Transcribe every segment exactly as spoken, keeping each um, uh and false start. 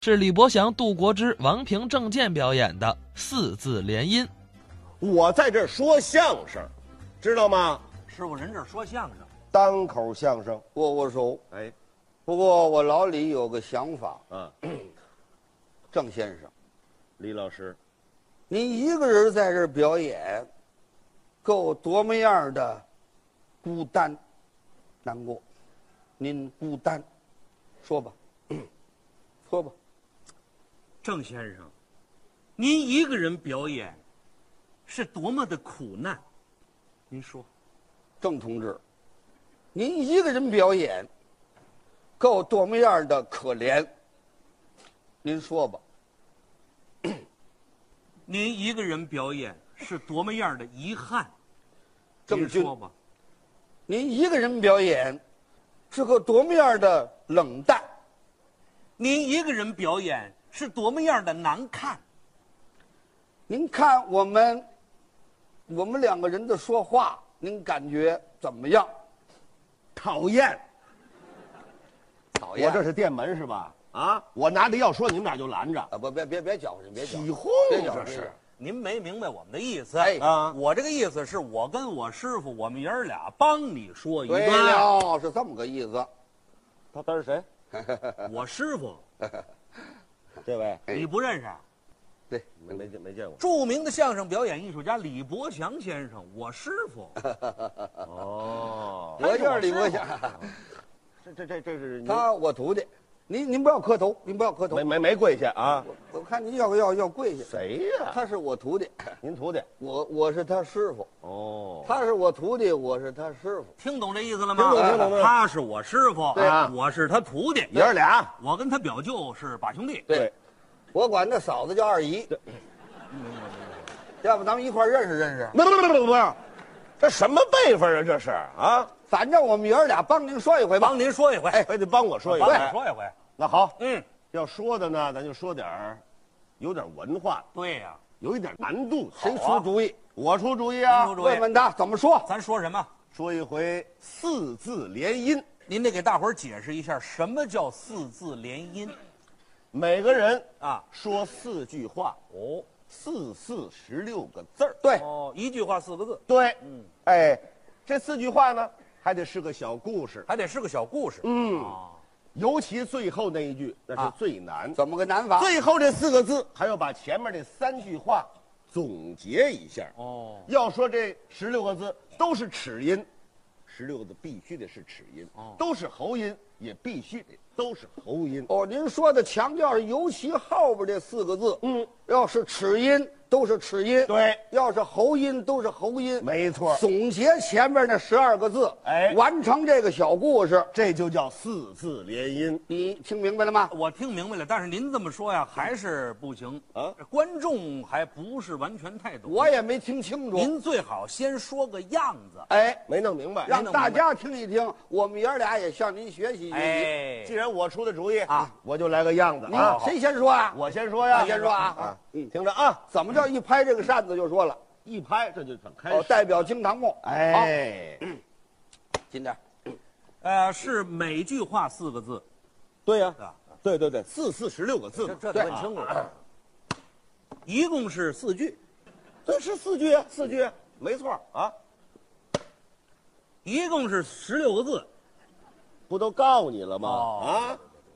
是李伯祥、杜国之、王平、郑健表演的四字联音。 我在这儿说相声，知道吗？ 师傅，人这儿说相声， 单口相声。 握握手。 哎， 不过我老李有个想法啊， 郑先生， 李老师， 您一个人在这儿表演，够多么样的孤单、难过？您孤单，说吧，说吧。 郑先生，您一个人表演，是多么的苦难？您说， 郑同志，您一个人表演，够多么样的可怜？您说吧。 您一个人表演是多么样的遗憾？ 郑钧您说吧。 您一个人表演，是个多么样的冷淡？ 您一个人表演是多么样的难看？ 您看我们，我们两个人的说话，您感觉怎么样？ 讨厌！ 讨厌！ 我这是店门是吧？啊，我拿着要说，你们俩就拦着。 啊，不，别别别搅和，别搅和， 起哄别搅和， 这是。 您没明白我们的意思。 哎啊我这个意思是我跟我师傅，我们爷儿俩帮你说一对段。 了，是这么个意思。 他他是谁？ 我师傅这位你不认识？ 对， 没没见没见过。 著名的相声表演艺术家李伯祥先生，我师傅。 哦， 我就是李国祥， 这这这这是您他我徒弟。您您不要磕头，您不要磕头没。没没跪下啊？ 我我看您要要要跪下。 谁呀？ 他是我徒弟， 您徒弟？ 我我是他师傅。 哦， 他是我徒弟，我是他师傅。 听懂这意思了吗？ 听懂听懂他是我师傅， 对啊我是他徒弟。 爷儿俩。 我跟他表舅是把兄弟。 对，我管他嫂子叫二姨。要不咱们一块儿认识认识？ 不不不不不，这什么辈分啊？这是啊？ 反正我们爷儿俩帮您说一回吧。 帮您说一回。 哎，非得帮我说一帮回。 你说一回。 那好， 嗯， 要说的呢，咱就说点儿有点文化， 对呀、 有一点难度的。 谁出主意？ 我出主意啊您出！主意问问他怎么说。 咱说什么？ 说一回四字联音， 您得给大伙儿解释一下什么叫四字联音每个人啊？ 说四句话， 哦四四十六个字儿。 对， 哦，一句话四个字， 对， 嗯， 哎，这四句话呢，还得是个小故事。 还得是个小故事。 嗯， 啊， 尤其最后那一句，那是啊最难。 怎么个难法？ 最后这四个字还要把前面这三句话总结一下。 哦， 要说这十六个字都是齿音，十六个字必须得是齿音； 哦都是喉音，也必须得都是喉音。 哦，您说的强调是尤其后边这四个字， 嗯， 要是齿音都是齿音， 对， 要是喉音都是喉音， 没错， 总结前面那十二个字， 哎完成这个小故事， 这就叫四字联音。 你听明白了吗？ 我听明白了，但是您这么说呀，还是不行啊观众还不是完全太懂。 我也没听清楚。 您最好先说个样子。 哎， 没弄明白， 让大家听一听，我们爷儿俩也向您学习学习。 哎既，然我出的主意啊， 我就来个样子你啊。 谁先说啊？ 我先说呀， 你先说啊啊， 嗯听着啊， 怎么叫一拍这个扇子就说了？ 一拍这就算开哦， 始。 代表惊堂木。 哎， 今天呃，是每句话四个字， 对呀是吧？ 对对对，四四十六个字嘛， 这得问清楚。一共是四句， 这是四句啊，四句，没错啊， 一共是十六个字。 不都告你了吗？ 哦啊，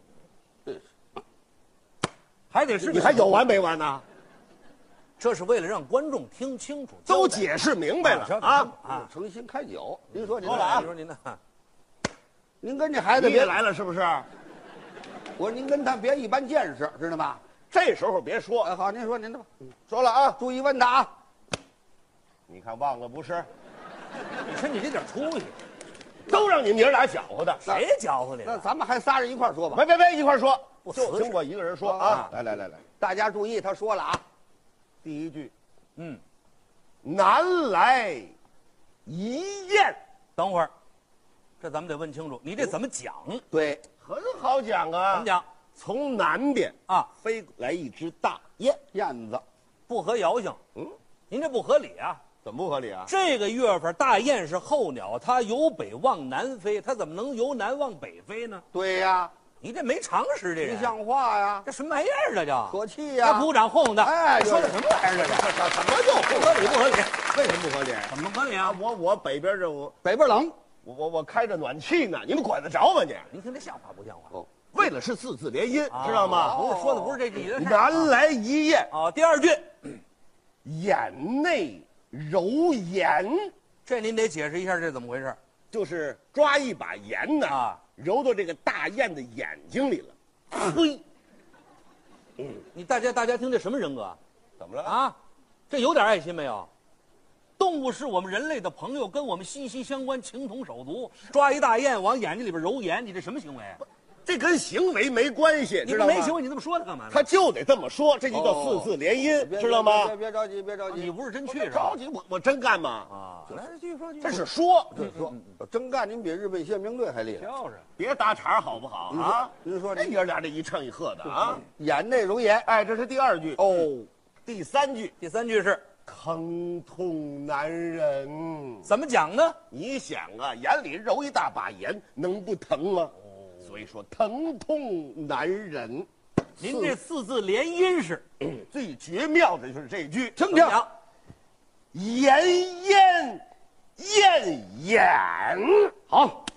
还得是个你还有完没完呢？ 这是为了让观众听清楚， 都交代解释明白了交代啊！ 啊！ 诚心开酒。您说您好了啊你说您呢？ 您跟这孩子别你也来了是不是？ 我说您跟他别一般见识，知道吗？ 这时候别说， 哎，好，您说您的吧。 说了啊！ 注意问他啊。 你看忘了不是？ 你说你这点出息， 都让你们爷儿俩搅和的。 谁搅和你了？ 那咱们还仨人一块儿说吧。 别别别，一块儿说， 不瓷实就听我一个人说啊啊！ 来来来来， 大家注意，他说了啊， 第一句， 嗯， 南来一雁， 等会儿，这咱们得问清楚，你这怎么讲？ 对， 很好讲啊。 怎么讲从南边啊？ 飞来一只大雁， 燕子， 不合谣性。 嗯， 您这不合理啊！ 怎么不合理啊？ 这个月份大雁是候鸟，它由北往南飞，它怎么能由南往北飞呢？ 对呀， 你这没常识，这人不像话呀， 这什么玩意儿？这叫可气呀！ 那鼓掌哄的， 哎说的什么玩意儿？这什什么叫不合理，不合理， 为什么不合理？ 怎么不合理啊？ 啊，我我北边这我北边冷， 我我我开着暖气呢，你们管得着吗你？ 您听这像话不像话？ 哦， 为了是四字联音，知道吗？ 不是说的不是这句的事儿。 南来一雁， 哦，第二句， 眼内揉盐， 这您得解释一下，这怎么回事？ 就是抓一把盐呢， 啊， 揉到这个大雁的眼睛里了。呸！ 你大家大家听这什么人格怎么了？ 啊？这有点爱心没有？动物是我们人类的朋友，跟我们息息相关，情同手足。抓一大雁往眼睛里边揉盐，你这什么行为？ 这跟行为没关系， 你知道吗？ 没行为，你这么说他干嘛呢？ 他就得这么说，这就叫四字联音， 别知道吗？ 别别着急，别着急， 你不是真去是吧着？急，我我真干吗？ 啊，来继续说，继续这是说， 这说真干，您比日本宪兵队还厉害。 就是别搭茬好不好您说啊？ 您说这这爷俩这一唱一和的啊！ 眼内揉盐， 哎，这是第二句哦， 第三句第三句是疼痛难忍。 怎么讲呢？ 你想啊，眼里揉一大把盐，能不疼吗？所以说疼痛难忍。 您这四字联音是最绝妙的就是这句， 听听， 讲炎炎炎炎， 好，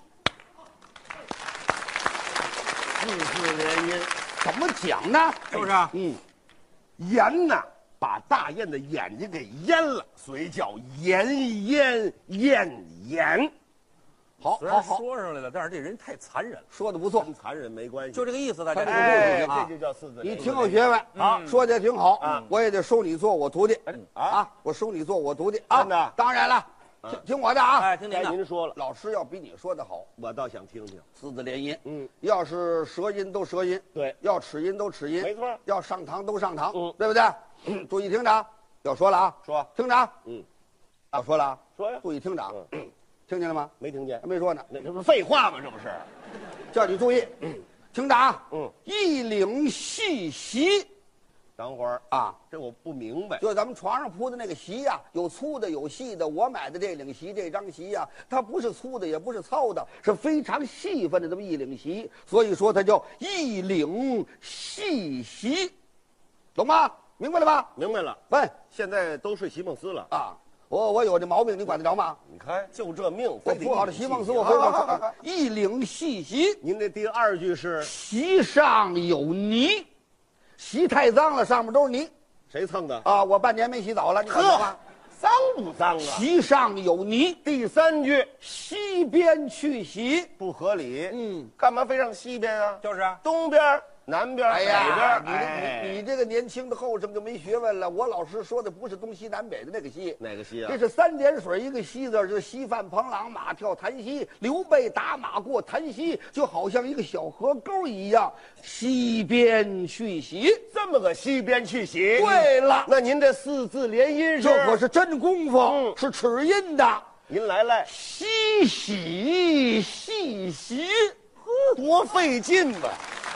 四字联音， 怎么讲呢？ 是不是？ 嗯，盐呐，把大雁的眼睛给淹了，所以叫炎炎炎炎。 好， 虽然好好， 说上来了，但是这人太残忍了， 说的不错， 跟残忍没关系， 就这个意思，大家哎， 啊这就叫四字联音。 你挺有学问啊，说的也挺好啊我也得收你做我徒弟啊啊，我收你做我徒弟啊。 真的当然了，听听我的啊， 哎，听您该的， 您说了， 老师要比你说的好。 我倒想听听。 四字联音， 嗯， 要是舌音都舌音， 对要齿音都齿音， 没错要上堂都上堂， 嗯对不对？注意听着啊，要说了啊， 说听着啊， 嗯， 要说了啊， 说呀， 注意听着啊，听见了吗？ 没听见还？没说呢， 那这不是废话吗？这不是？ 叫你注意，听着啊， 嗯， 一领细席等会儿， 啊， 这我不明白。 就咱们床上铺的那个席呀、有粗的有细的。我买的这领席，这张席呀、它不是粗的，也不是糙的，是非常细分的这么一领席，所以说它叫一领细席，懂吗？明白了吧？ 明白了， 问现在都睡席梦思了。 啊，我我有这毛病，你管得着吗？ 你看，就这命， 我非得铺好了席梦思，我会会我一领细席， 您这第二句是席上有泥，席太脏了，上面都是泥谁蹭的？ 啊！我半年没洗澡了，你管得着吗？ 脏不脏啊？ 席上有泥， 第三句西边去席。 不合理。 嗯， 干嘛非让西边啊？ 就是啊， 东边、南边、 哎北呀， 边。 你这哎你你这个年轻的后生就没学问了。我老师说的不是东西南北的那个西， 哪个西啊这？是三点水一个西字，就是西范彭朗马跳檀溪，刘备打马过檀溪，就好像一个小河沟一样。西边去席。 这么个西边去席。 对了， 那您这四字联音是？ 这可是真功夫， 嗯是齿音的。 您来来， 西洗细洗。 多费劲吧？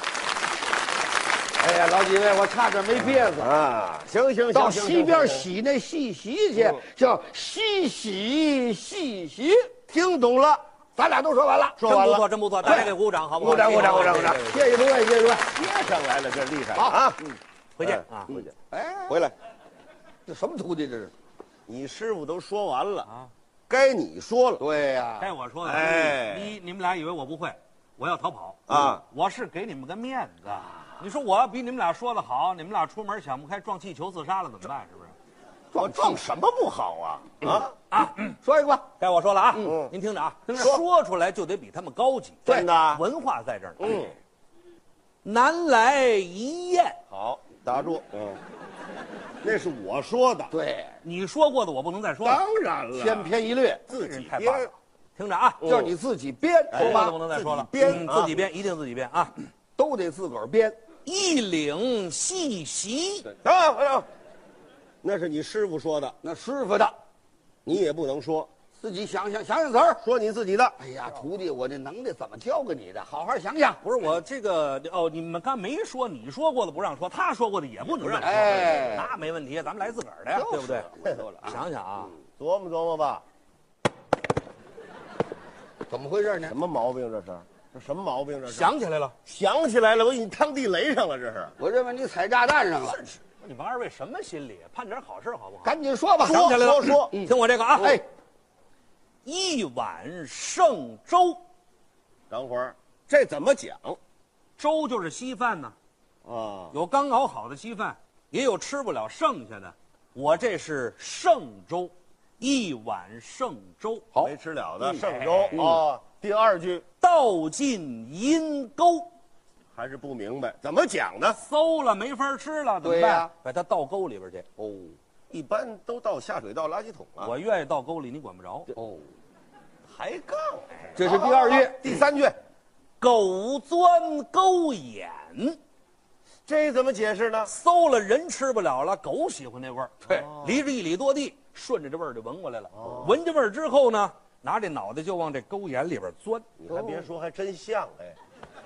哎呀，老几位，我差点没憋死。 啊，行行行， 到行西边， 行行洗那细洗去嗯， 叫西洗细洗。 听懂了。 咱俩都说完了， 说完了真不错，真不错，大家给鼓掌，好不好？ 鼓掌，鼓掌，鼓掌，鼓掌！谢谢诸位，谢谢诸位。 接上来了，这厉害好啊！ 回见哎啊！ 回去， 哎， 回来。 这什么徒弟这是？ 你师傅都说完了啊， 该你说了。 对呀， 该我说的， 哎一你们俩以为我不会，我要逃跑啊！ 我是给你们个面子。你说我要比你们俩说的好，你们俩出门想不开撞气球自杀了怎么办？是不是？ 我撞什么不好啊？啊啊， 说一个吧。 该我说了啊！ 嗯您听着啊， 听着说出来就得比他们高级， 真的文化在这儿呢。 嗯， 南来一雁， 好，打住。嗯，那是我说的。 对， 你说过的我不能再说了， 当然了， 千篇一律， 自己这人太棒了编。 听着啊， 叫你自己编， 说过的不说吧， 能再说了， 自己编啊嗯自己编，一定自己编啊！ 都得自个儿编。 一领细席， 等会儿，等会儿，那是你师傅说的， 那师傅的， 你也不能说， 自己想想想想词儿。 说你自己的。 哎呀，徒弟，我这能耐怎么教给你的？好好想想。 不是我这个哦，你们刚没说，你说过的不让说，他说过的也不能让说， 哎那没问题，咱们来自个儿的呀，对不对？ 我说了啊， 想想啊， 琢磨琢磨吧， 怎么回事呢什？么毛病这是？ 这什么毛病？这是想起来了， 想起来了，我给你趟地雷上了，这是。 我认为你踩炸弹上了。 你们二位什么心理？盼点好事好不好？ 赶紧说吧。 想起来了， 说说嗯听我这个啊， 哎， 一碗剩粥， 等会儿这怎么讲粥就是稀饭呢， 啊？ 有刚熬好的稀饭，也有吃不了剩下的。我这是剩粥，一碗剩粥。 好没吃了的嗯剩粥啊。第二句倒进阴沟， 还是不明白，怎么讲呢？ 馊了没法吃了，怎么办？ 对呀把它倒沟里边去。 哦一般都到下水道垃圾桶了。 我愿意倒沟里，你管不着。 哦， 抬杠， 这是第二句。 第三句， 狗钻沟眼， 这怎么解释呢？ 馊了人吃不了了，狗喜欢那味儿。 对， 离着一里多地，顺着这味儿就闻过来了。闻着味儿之后呢，拿这脑袋就往这沟眼里边钻。 你还别说，还真像哎，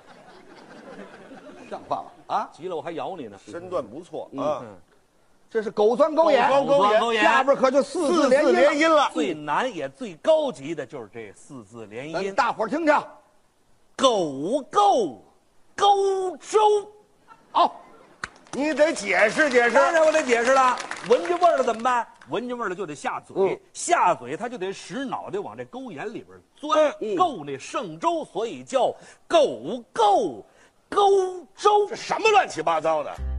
像话吗？啊， 急了我还咬你呢。 身段不错啊。 嗯， 这是狗钻狗眼， 狗钻狗眼狗眼下边可就四字四字连音音了。 最难也最高级的就是这四字连了。 音。 大伙儿听听。 狗够沟粥。 哦， 你得解释解释。 当然我得解释了，闻着味儿了怎么办？闻着味儿了就得下嘴， 嗯下嘴它就得使脑袋往这沟眼里边钻， 嗯够那剩粥，所以叫狗够沟粥。 这什么乱七八糟的？